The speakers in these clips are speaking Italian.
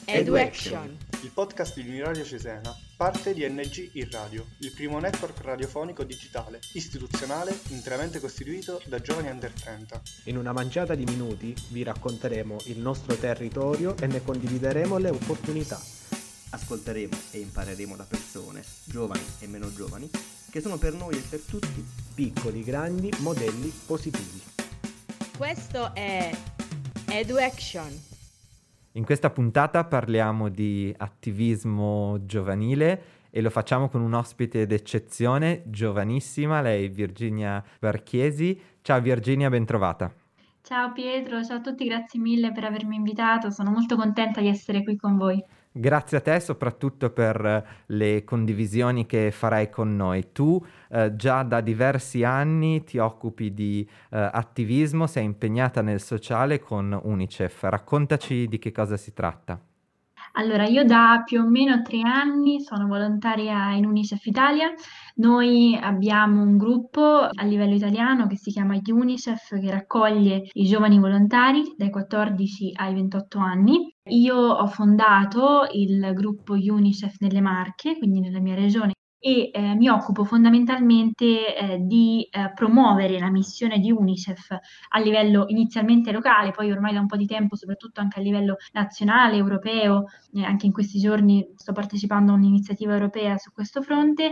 EduAction, il podcast di Uniradio Cesena, parte di NG in Radio, il primo network radiofonico digitale, istituzionale, interamente costituito da giovani under 30. In una manciata di minuti vi racconteremo il nostro territorio e ne condivideremo le opportunità. Ascolteremo e impareremo da persone, giovani e meno giovani, che sono per noi e per tutti piccoli, grandi, modelli positivi. Questo è EduAction. In questa puntata parliamo di attivismo giovanile e lo facciamo con un ospite d'eccezione, giovanissima, lei Virginia Varchiesi. Ciao Virginia, bentrovata. Ciao Pietro, ciao a tutti, grazie mille per avermi invitato, sono molto contenta di essere qui con voi. Grazie a te soprattutto per le condivisioni che farai con noi. Tu già da diversi anni ti occupi di attivismo, sei impegnata nel sociale con UNICEF. Raccontaci di che cosa si tratta. Allora, io da più o meno 3 anni sono volontaria in UNICEF Italia. Noi abbiamo un gruppo a livello italiano che si chiama UNICEF, che raccoglie i giovani volontari dai 14 ai 28 anni. Io ho fondato il gruppo UNICEF nelle Marche, quindi nella mia regione, e mi occupo fondamentalmente di promuovere la missione di UNICEF a livello inizialmente locale, poi ormai da un po' di tempo soprattutto anche a livello nazionale, europeo. Anche in questi giorni sto partecipando a un'iniziativa europea su questo fronte,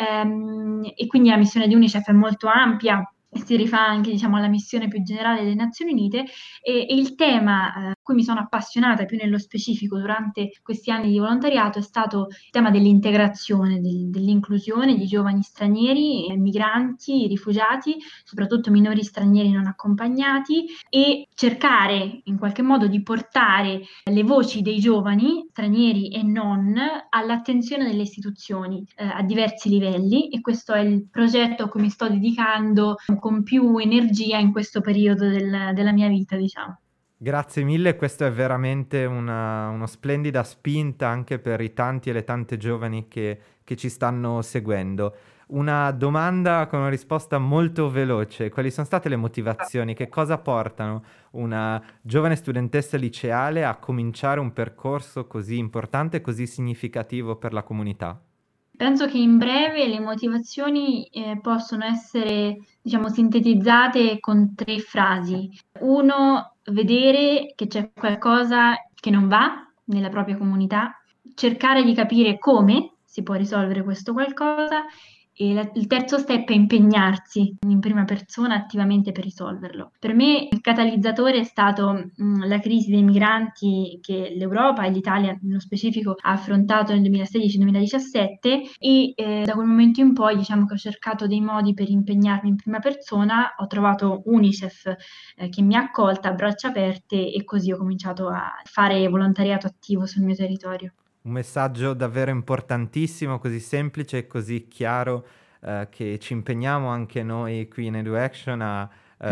e quindi la missione di UNICEF è molto ampia e si rifà anche, diciamo, alla missione più generale delle Nazioni Unite, e il tema a cui mi sono appassionata più nello specifico durante questi anni di volontariato è stato il tema dell'integrazione, dell'inclusione di giovani stranieri, migranti, rifugiati, soprattutto minori stranieri non accompagnati, e cercare in qualche modo di portare le voci dei giovani stranieri e non all'attenzione delle istituzioni a diversi livelli, e questo è il progetto a cui mi sto dedicando con più energia in questo periodo della mia vita, diciamo. Grazie mille, questo è veramente una splendida spinta anche per i tanti e le tante giovani che ci stanno seguendo. Una domanda con una risposta molto veloce: quali sono state le motivazioni? Che cosa portano una giovane studentessa liceale a cominciare un percorso così importante e così significativo per la comunità? Penso che in breve le motivazioni possono essere, diciamo, sintetizzate con 3 frasi. 1, vedere che c'è qualcosa che non va nella propria comunità, cercare di capire come si può risolvere questo qualcosa, e il terzo step è impegnarsi in prima persona attivamente per risolverlo. Per me il catalizzatore è stato la crisi dei migranti che l'Europa e l'Italia nello specifico ha affrontato nel 2016-2017, e da quel momento in poi, diciamo, che ho cercato dei modi per impegnarmi in prima persona. Ho trovato UNICEF che mi ha accolta a braccia aperte, e così ho cominciato a fare volontariato attivo sul mio territorio. Un messaggio davvero importantissimo, così semplice e così chiaro, che ci impegniamo anche noi qui in EduAction a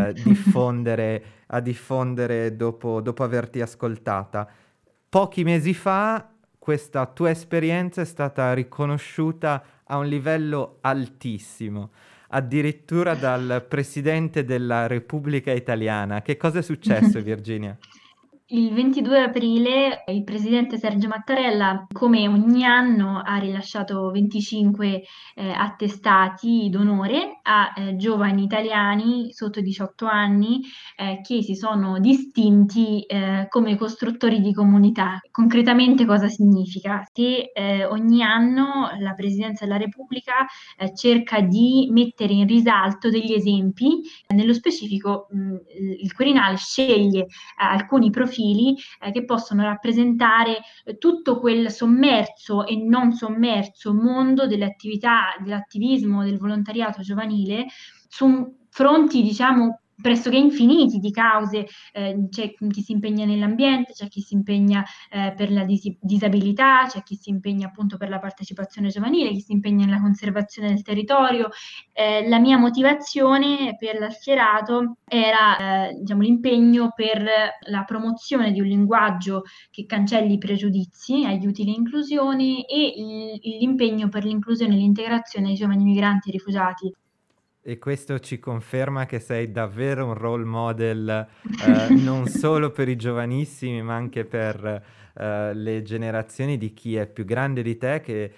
diffondere dopo averti ascoltata. Pochi mesi fa questa tua esperienza è stata riconosciuta a un livello altissimo, addirittura dal Presidente della Repubblica Italiana. Che cosa è successo, Virginia? Il 22 aprile il presidente Sergio Mattarella, come ogni anno, ha rilasciato 25 attestati d'onore a giovani italiani sotto i 18 anni che si sono distinti come costruttori di comunità. Concretamente cosa significa? Che ogni anno la Presidenza della Repubblica cerca di mettere in risalto degli esempi. Nello specifico il Quirinale sceglie alcuni profili che possono rappresentare tutto quel sommerso e non sommerso mondo delle attività, dell'attivismo, del volontariato giovanile, su fronti, diciamo, pressoché infiniti di cause. C'è chi si impegna nell'ambiente, c'è chi si impegna per la disabilità, c'è chi si impegna appunto per la partecipazione giovanile, chi si impegna nella conservazione del territorio. La mia motivazione per l'asschierato era diciamo, l'impegno per la promozione di un linguaggio che cancelli i pregiudizi, aiuti l'inclusione, e l'impegno per l'inclusione e l'integrazione dei giovani migranti e rifugiati. E questo ci conferma che sei davvero un role model non solo per i giovanissimi, ma anche per le generazioni di chi è più grande di te che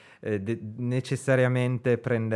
necessariamente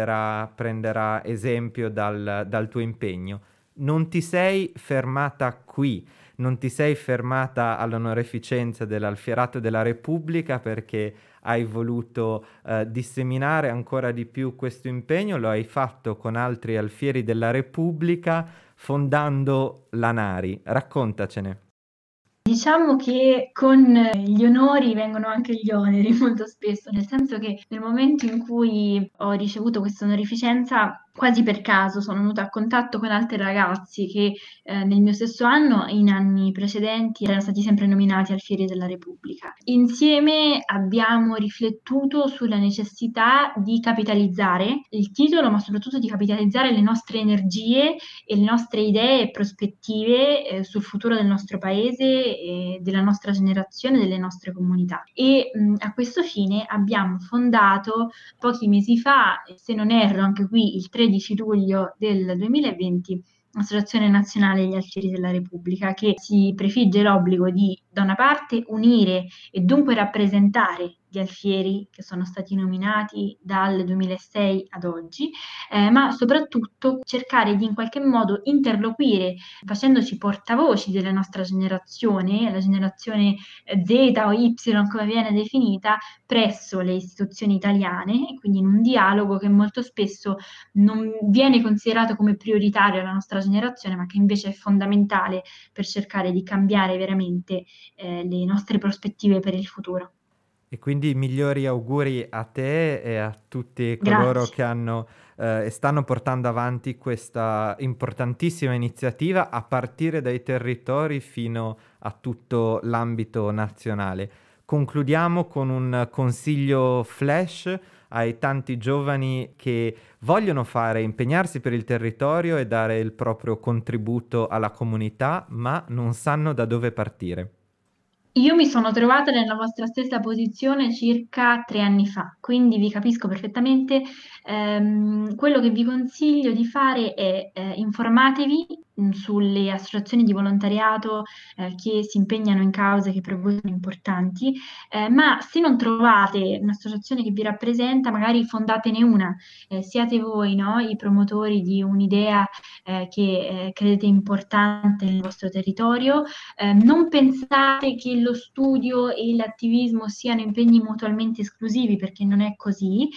prenderà esempio dal tuo impegno. Non ti sei fermata qui, non ti sei fermata all'onorificenza dell'Alfierato della Repubblica perché hai voluto disseminare ancora di più questo impegno, lo hai fatto con altri alfieri della Repubblica fondando l'ANARI. Raccontacene. Diciamo che con gli onori vengono anche gli oneri molto spesso, nel senso che nel momento in cui ho ricevuto questa onorificenza, quasi per caso sono venuta a contatto con altri ragazzi che nel mio stesso anno e in anni precedenti erano stati sempre nominati alfieri della Repubblica. Insieme abbiamo riflettuto sulla necessità di capitalizzare il titolo, ma soprattutto di capitalizzare le nostre energie e le nostre idee e prospettive sul futuro del nostro paese, della nostra generazione, delle nostre comunità. E a questo fine abbiamo fondato pochi mesi fa, se non erro anche qui il 13 luglio del 2020, l'Associazione Nazionale degli Alfieri della Repubblica, che si prefigge l'obbligo di, da una parte, unire e dunque rappresentare gli alfieri che sono stati nominati dal 2006 ad oggi, ma soprattutto cercare di in qualche modo interloquire, facendoci portavoci della nostra generazione, la generazione Z o Y come viene definita, presso le istituzioni italiane, e quindi in un dialogo che molto spesso non viene considerato come prioritario alla nostra generazione, ma che invece è fondamentale per cercare di cambiare veramente le nostre prospettive per il futuro. E quindi i migliori auguri a te e a tutti coloro Grazie. che hanno e stanno portando avanti questa importantissima iniziativa a partire dai territori fino a tutto l'ambito nazionale. Concludiamo con un consiglio flash ai tanti giovani che vogliono impegnarsi per il territorio e dare il proprio contributo alla comunità, ma non sanno da dove partire. Io mi sono trovata nella vostra stessa posizione circa 3 anni fa, quindi vi capisco perfettamente. Quello che vi consiglio di fare è informatevi sulle associazioni di volontariato che si impegnano in cause che per voi sono importanti, ma se non trovate un'associazione che vi rappresenta, magari fondatene una, siate voi, no, i promotori di un'idea che credete importante nel vostro territorio. Non pensate che lo studio e l'attivismo siano impegni mutualmente esclusivi, perché non è così.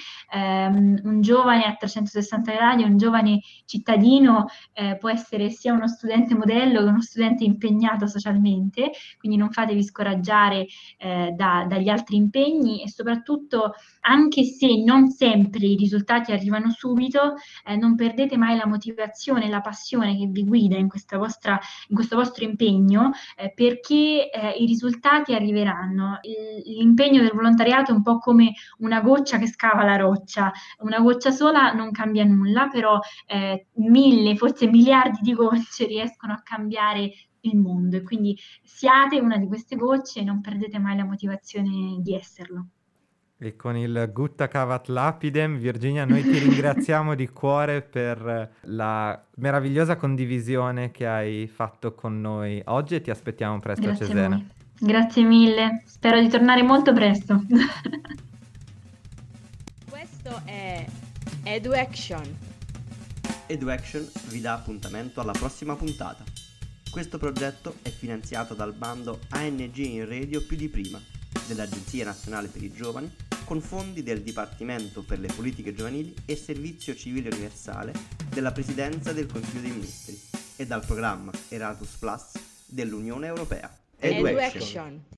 Un giovane a 360 gradi, un giovane cittadino può essere sia uno studente modello che uno studente impegnato socialmente, quindi non fatevi scoraggiare dagli altri impegni, e soprattutto, anche se non sempre i risultati arrivano subito, non perdete mai la motivazione, la passione che vi guida in questo vostro impegno, perché i risultati arriveranno. L'impegno del volontariato è un po' come una goccia che scava la roccia. Una goccia sola non cambia nulla, però 1000, forse miliardi di gocce riescono a cambiare il mondo, e quindi siate una di queste gocce e non perdete mai la motivazione di esserlo. E con il Gutta Cavat Lapidem, Virginia, noi ti ringraziamo di cuore per la meravigliosa condivisione che hai fatto con noi oggi e ti aspettiamo presto Grazie a Cesena. a voi. Grazie mille, spero di tornare molto presto. Questo è EduAction. EduAction vi dà appuntamento alla prossima puntata. Questo progetto è finanziato dal bando ANG in Radio più di prima dell'Agenzia Nazionale per i Giovani, con fondi del Dipartimento per le Politiche Giovanili e Servizio Civile Universale della Presidenza del Consiglio dei Ministri e dal programma Erasmus Plus dell'Unione Europea. EduAction.